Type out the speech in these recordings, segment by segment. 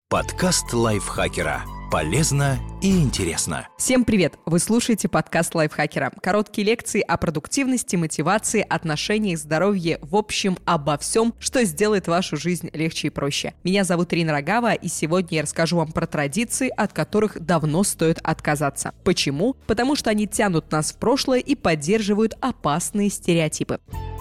Подкаст лайфхакера. Полезно и интересно. Всем привет! Вы слушаете подкаст лайфхакера. Короткие лекции о продуктивности, мотивации, отношениях, здоровье, в общем, обо всем, что сделает вашу жизнь легче и проще. Меня зовут Ирина Рогава, и сегодня я расскажу вам про традиции, от которых давно стоит отказаться. Почему? Потому что они тянут нас в прошлое и поддерживают опасные стереотипы.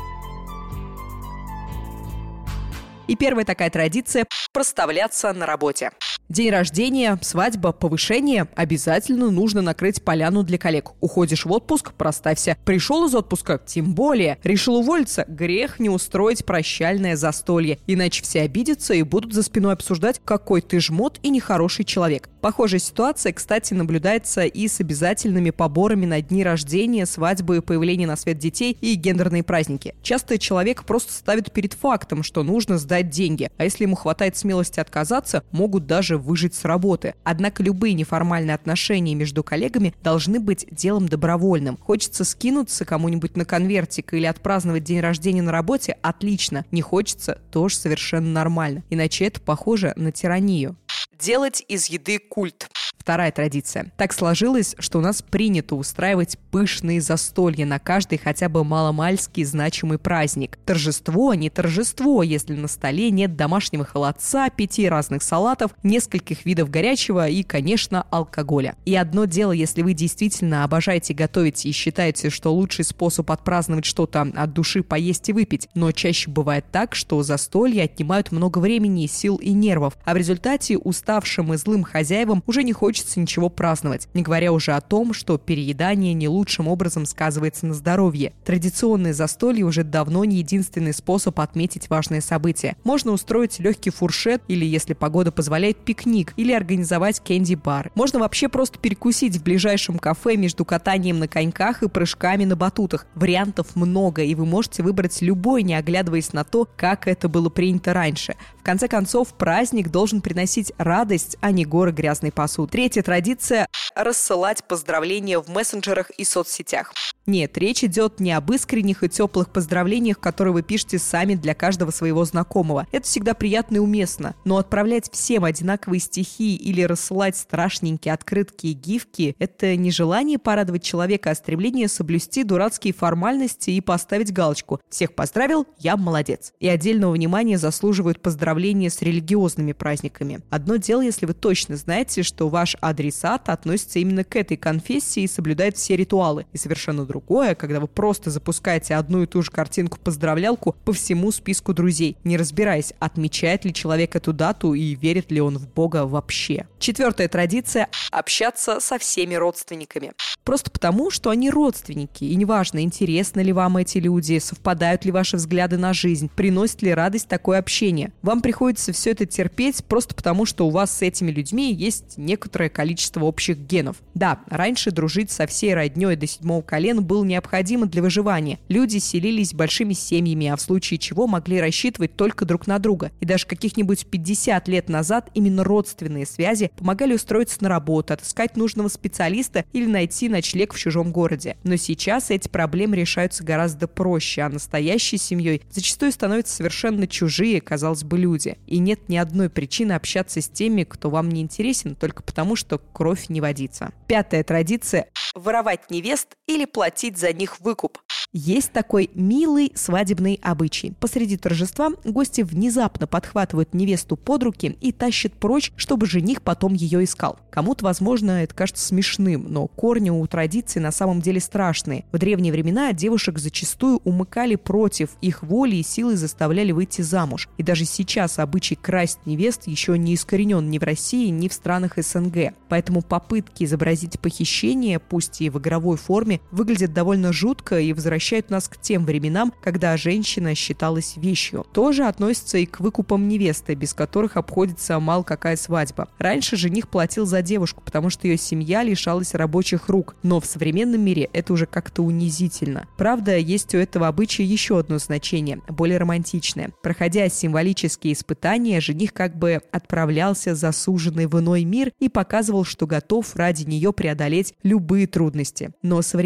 И первая такая традиция – проставляться на работе. День рождения, свадьба, повышение – обязательно нужно накрыть поляну для коллег. Уходишь в отпуск – проставься. Пришел из отпуска – тем более. Решил уволиться – грех не устроить прощальное застолье. Иначе все обидятся и будут за спиной обсуждать, какой ты жмот и нехороший человек. Похожая ситуация, кстати, наблюдается и с обязательными поборами на дни рождения, свадьбы, появление на свет детей и гендерные праздники. Часто человек просто ставит перед фактом, что нужно сдать деньги, а если ему хватает смелости отказаться, могут даже выжить с работы. Однако любые неформальные отношения между коллегами должны быть делом добровольным. Хочется скинуться кому-нибудь на конвертик или отпраздновать день рождения на работе – отлично. Не хочется – тоже совершенно нормально. Иначе это похоже на тиранию. Делать из еды культ. Вторая традиция. Так сложилось, что у нас принято устраивать пышные застолья на каждый хотя бы маломальский значимый праздник. Торжество, не торжество, если на столе нет домашнего холодца, 5 разных салатов, нескольких видов горячего и, конечно, алкоголя. И одно дело, если вы действительно обожаете готовить и считаете, что лучший способ отпраздновать что-то от души поесть и выпить, но чаще бывает так, что застолья отнимают много времени, сил и нервов, а в результате уставшим и злым хозяевам уже не хочется ничего праздновать, не говоря уже о том, что переедание не лучшим образом сказывается на здоровье. Традиционные застолья уже давно не единственный способ отметить важное событие. Можно устроить легкий фуршет или, если погода позволяет, пикник или организовать кэнди-бар. Можно вообще просто перекусить в ближайшем кафе между катанием на коньках и прыжками на батутах. Вариантов много, и вы можете выбрать любой, не оглядываясь на то, как это было принято раньше. В конце концов, праздник должен приносить радость, а не горы грязной посуды. Третья традиция – рассылать поздравления в мессенджерах и соцсетях. Нет, речь идет не об искренних и теплых поздравлениях, которые вы пишете сами для каждого своего знакомого. Это всегда приятно и уместно. Но отправлять всем одинаковые стихи или рассылать страшненькие открытки и гифки – это не желание порадовать человека, а стремление соблюсти дурацкие формальности и поставить галочку «Всех поздравил, я молодец». И отдельного внимания заслуживают поздравления с религиозными праздниками. Одно дело, если вы точно знаете, что ваш адресат относится именно к этой конфессии и соблюдает все ритуалы. И совершенно другое, когда вы просто запускаете одну и ту же картинку-поздравлялку по всему списку друзей, не разбираясь, отмечает ли человек эту дату и верит ли он в Бога вообще. Четвертая традиция – общаться со всеми родственниками. Просто потому, что они родственники, и неважно, интересны ли вам эти люди, совпадают ли ваши взгляды на жизнь, приносит ли радость такое общение. Вам приходится все это терпеть просто потому, что у вас с этими людьми есть некоторое количество общих генов. Да, раньше дружить со всей роднёй до 7-го колена было необходимо для выживания. Люди селились большими семьями, а в случае чего могли рассчитывать только друг на друга. И даже каких-нибудь 50 лет назад именно родственные связи помогали устроиться на работу, отыскать нужного специалиста или найти ночлег в чужом городе. Но сейчас эти проблемы решаются гораздо проще, а настоящей семьей зачастую становятся совершенно чужие, казалось бы, люди. И нет ни одной причины общаться с теми, кто вам не интересен, только потому, что кровь не водится. Пятая традиция – воровать невест или платить за них выкуп. Есть такой милый свадебный обычай. Посреди торжества гости внезапно подхватывают невесту под руки и тащат прочь, чтобы жених потом ее искал. Кому-то, возможно, это кажется смешным, но корни у традиции на самом деле страшные. В древние времена девушек зачастую умыкали против их воли и силой заставляли выйти замуж. И даже сейчас обычай красть невест еще не искоренен ни в России, ни в странах СНГ. Поэтому попытки изобразить похищение, пусть и в игровой форме, выглядят довольно жутко и возвращают нас к тем временам, когда женщина считалась вещью. Тоже относится и к выкупам невесты, без которых обходится мало какая свадьба. Раньше жених платил за девушку, потому что ее семья лишалась рабочих рук, но в современном мире это уже как-то унизительно. Правда, есть у этого обычая еще одно значение, более романтичное. Проходя символические испытания, жених как бы отправлялся за суженой в иной мир и показывал, что готов ради нее преодолеть любые трудности. Но современные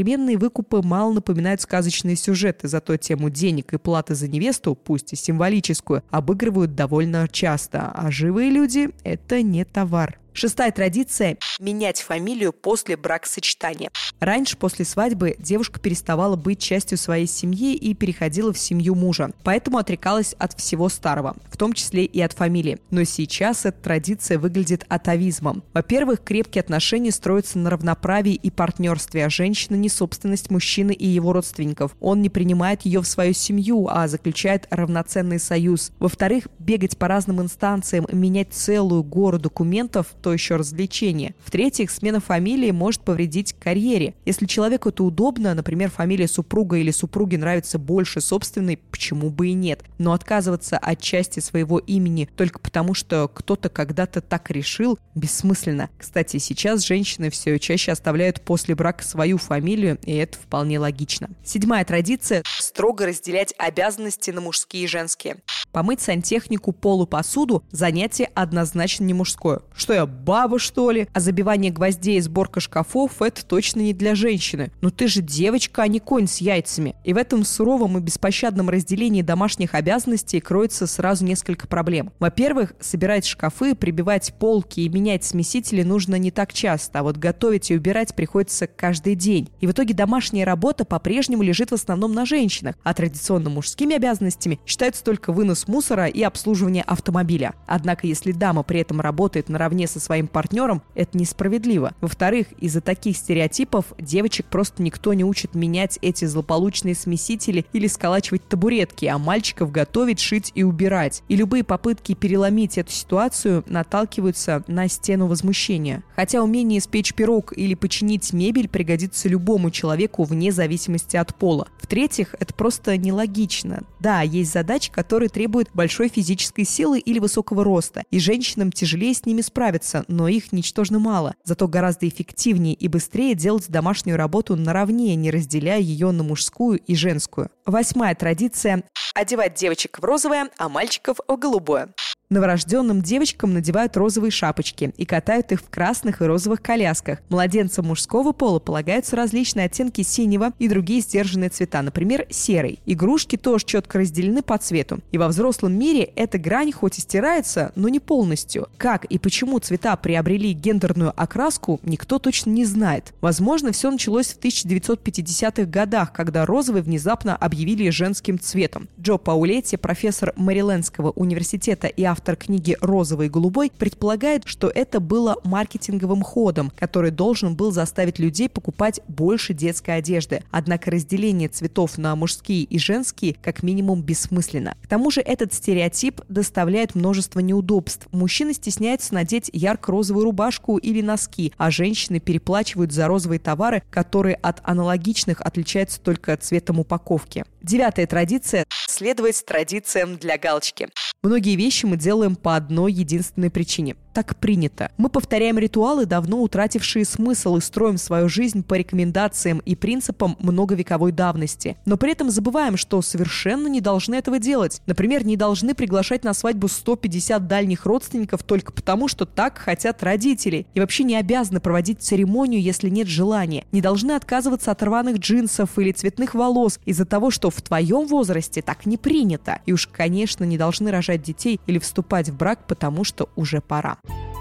выкупы мало напоминают сказочные сюжеты, зато тему денег и платы за невесту, пусть и символическую, обыгрывают довольно часто, а живые люди – это не товар. 6-я традиция – менять фамилию после бракосочетания. Раньше, после свадьбы, девушка переставала быть частью своей семьи и переходила в семью мужа, поэтому отрекалась от всего старого, в том числе и от фамилии. Но сейчас эта традиция выглядит атавизмом. Во-первых, крепкие отношения строятся на равноправии и партнерстве, а женщина не собственность мужчины и его родственников. Он не принимает ее в свою семью, а заключает равноценный союз. Во-вторых, бегать по разным инстанциям и менять целую гору документов – то еще развлечение. В-третьих, смена фамилии может повредить карьере. Если человеку это удобно, например, фамилия супруга или супруги нравится больше собственной, почему бы и нет. Но отказываться от части своего имени только потому, что кто-то когда-то так решил, бессмысленно. Кстати, сейчас женщины все чаще оставляют после брака свою фамилию, и это вполне логично. 7-я традиция – строго разделять обязанности на мужские и женские. Помыть сантехнику, пол и посуду – занятие однозначно не мужское. Что я, баба, что ли? А забивание гвоздей и сборка шкафов – это точно не для женщины. Но ты же девочка, а не конь с яйцами. И в этом суровом и беспощадном разделении домашних обязанностей кроется сразу несколько проблем. Во-первых, собирать шкафы, прибивать полки и менять смесители нужно не так часто, а вот готовить и убирать приходится каждый день. И в итоге домашняя работа по-прежнему лежит в основном на женщинах, а традиционно мужскими обязанностями считаются только вынос мусора и обслуживание автомобиля. Однако, если дама при этом работает наравне со своим партнером, это несправедливо. Во-вторых, из-за таких стереотипов девочек просто никто не учит менять эти злополучные смесители или сколачивать табуретки, а мальчиков готовить, шить и убирать. И любые попытки переломить эту ситуацию наталкиваются на стену возмущения. Хотя умение испечь пирог или починить мебель пригодится любому человеку вне зависимости от пола. В-третьих, это просто нелогично. Да, есть задачи, которые требуют большой физической силы или высокого роста, и женщинам тяжелее с ними справиться, но их ничтожно мало. Зато гораздо эффективнее и быстрее делать домашнюю работу наравне, не разделяя ее на мужскую и женскую. 8-я традиция – одевать девочек в розовое, а мальчиков в голубое. Новорожденным девочкам надевают розовые шапочки и катают их в красных и розовых колясках. Младенцам мужского пола полагаются различные оттенки синего и другие сдержанные цвета, например, серый. Игрушки тоже четко разделены по цвету. И во взрослом мире эта грань хоть и стирается, но не полностью. Как и почему цвета приобрели гендерную окраску, никто точно не знает. Возможно, все началось в 1950-х годах, когда розовый внезапно объявили женским цветом. Джо Паулетти, профессор Мэрилендского университета и автор книги «Розовый и голубой», предполагает, что это было маркетинговым ходом, который должен был заставить людей покупать больше детской одежды. Однако разделение цветов на мужские и женские как минимум бессмысленно. К тому же этот стереотип доставляет множество неудобств. Мужчины стесняются надеть ярко-розовую рубашку или носки, а женщины переплачивают за розовые товары, которые от аналогичных отличаются только цветом упаковки. 9-я традиция – следовать традициям для галочки. Многие вещи мы делаем по одной единственной причине. Так принято. Мы повторяем ритуалы, давно утратившие смысл, и строим свою жизнь по рекомендациям и принципам многовековой давности. Но при этом забываем, что совершенно не должны этого делать. Например, не должны приглашать на свадьбу 150 дальних родственников только потому, что так хотят родители. И вообще не обязаны проводить церемонию, если нет желания. Не должны отказываться от рваных джинсов или цветных волос из-за того, что в твоем возрасте так не принято. И уж, конечно, не должны рожать детей или вступать в брак, потому что уже пора.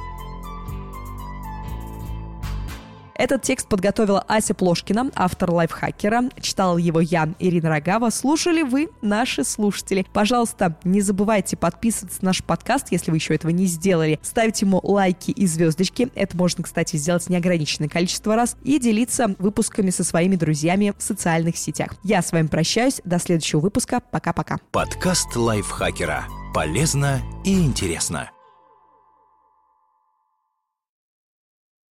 Этот текст подготовила Ася Плошкина, автор лайфхакера. Читала его я, Ирина Рогава. Слушали вы, наши слушатели. Пожалуйста, не забывайте подписываться на наш подкаст, если вы еще этого не сделали. Ставить ему лайки и звездочки. Это можно, кстати, сделать неограниченное количество раз. И делиться выпусками со своими друзьями в социальных сетях. Я с вами прощаюсь. До следующего выпуска. Пока-пока. Подкаст лайфхакера. Полезно и интересно.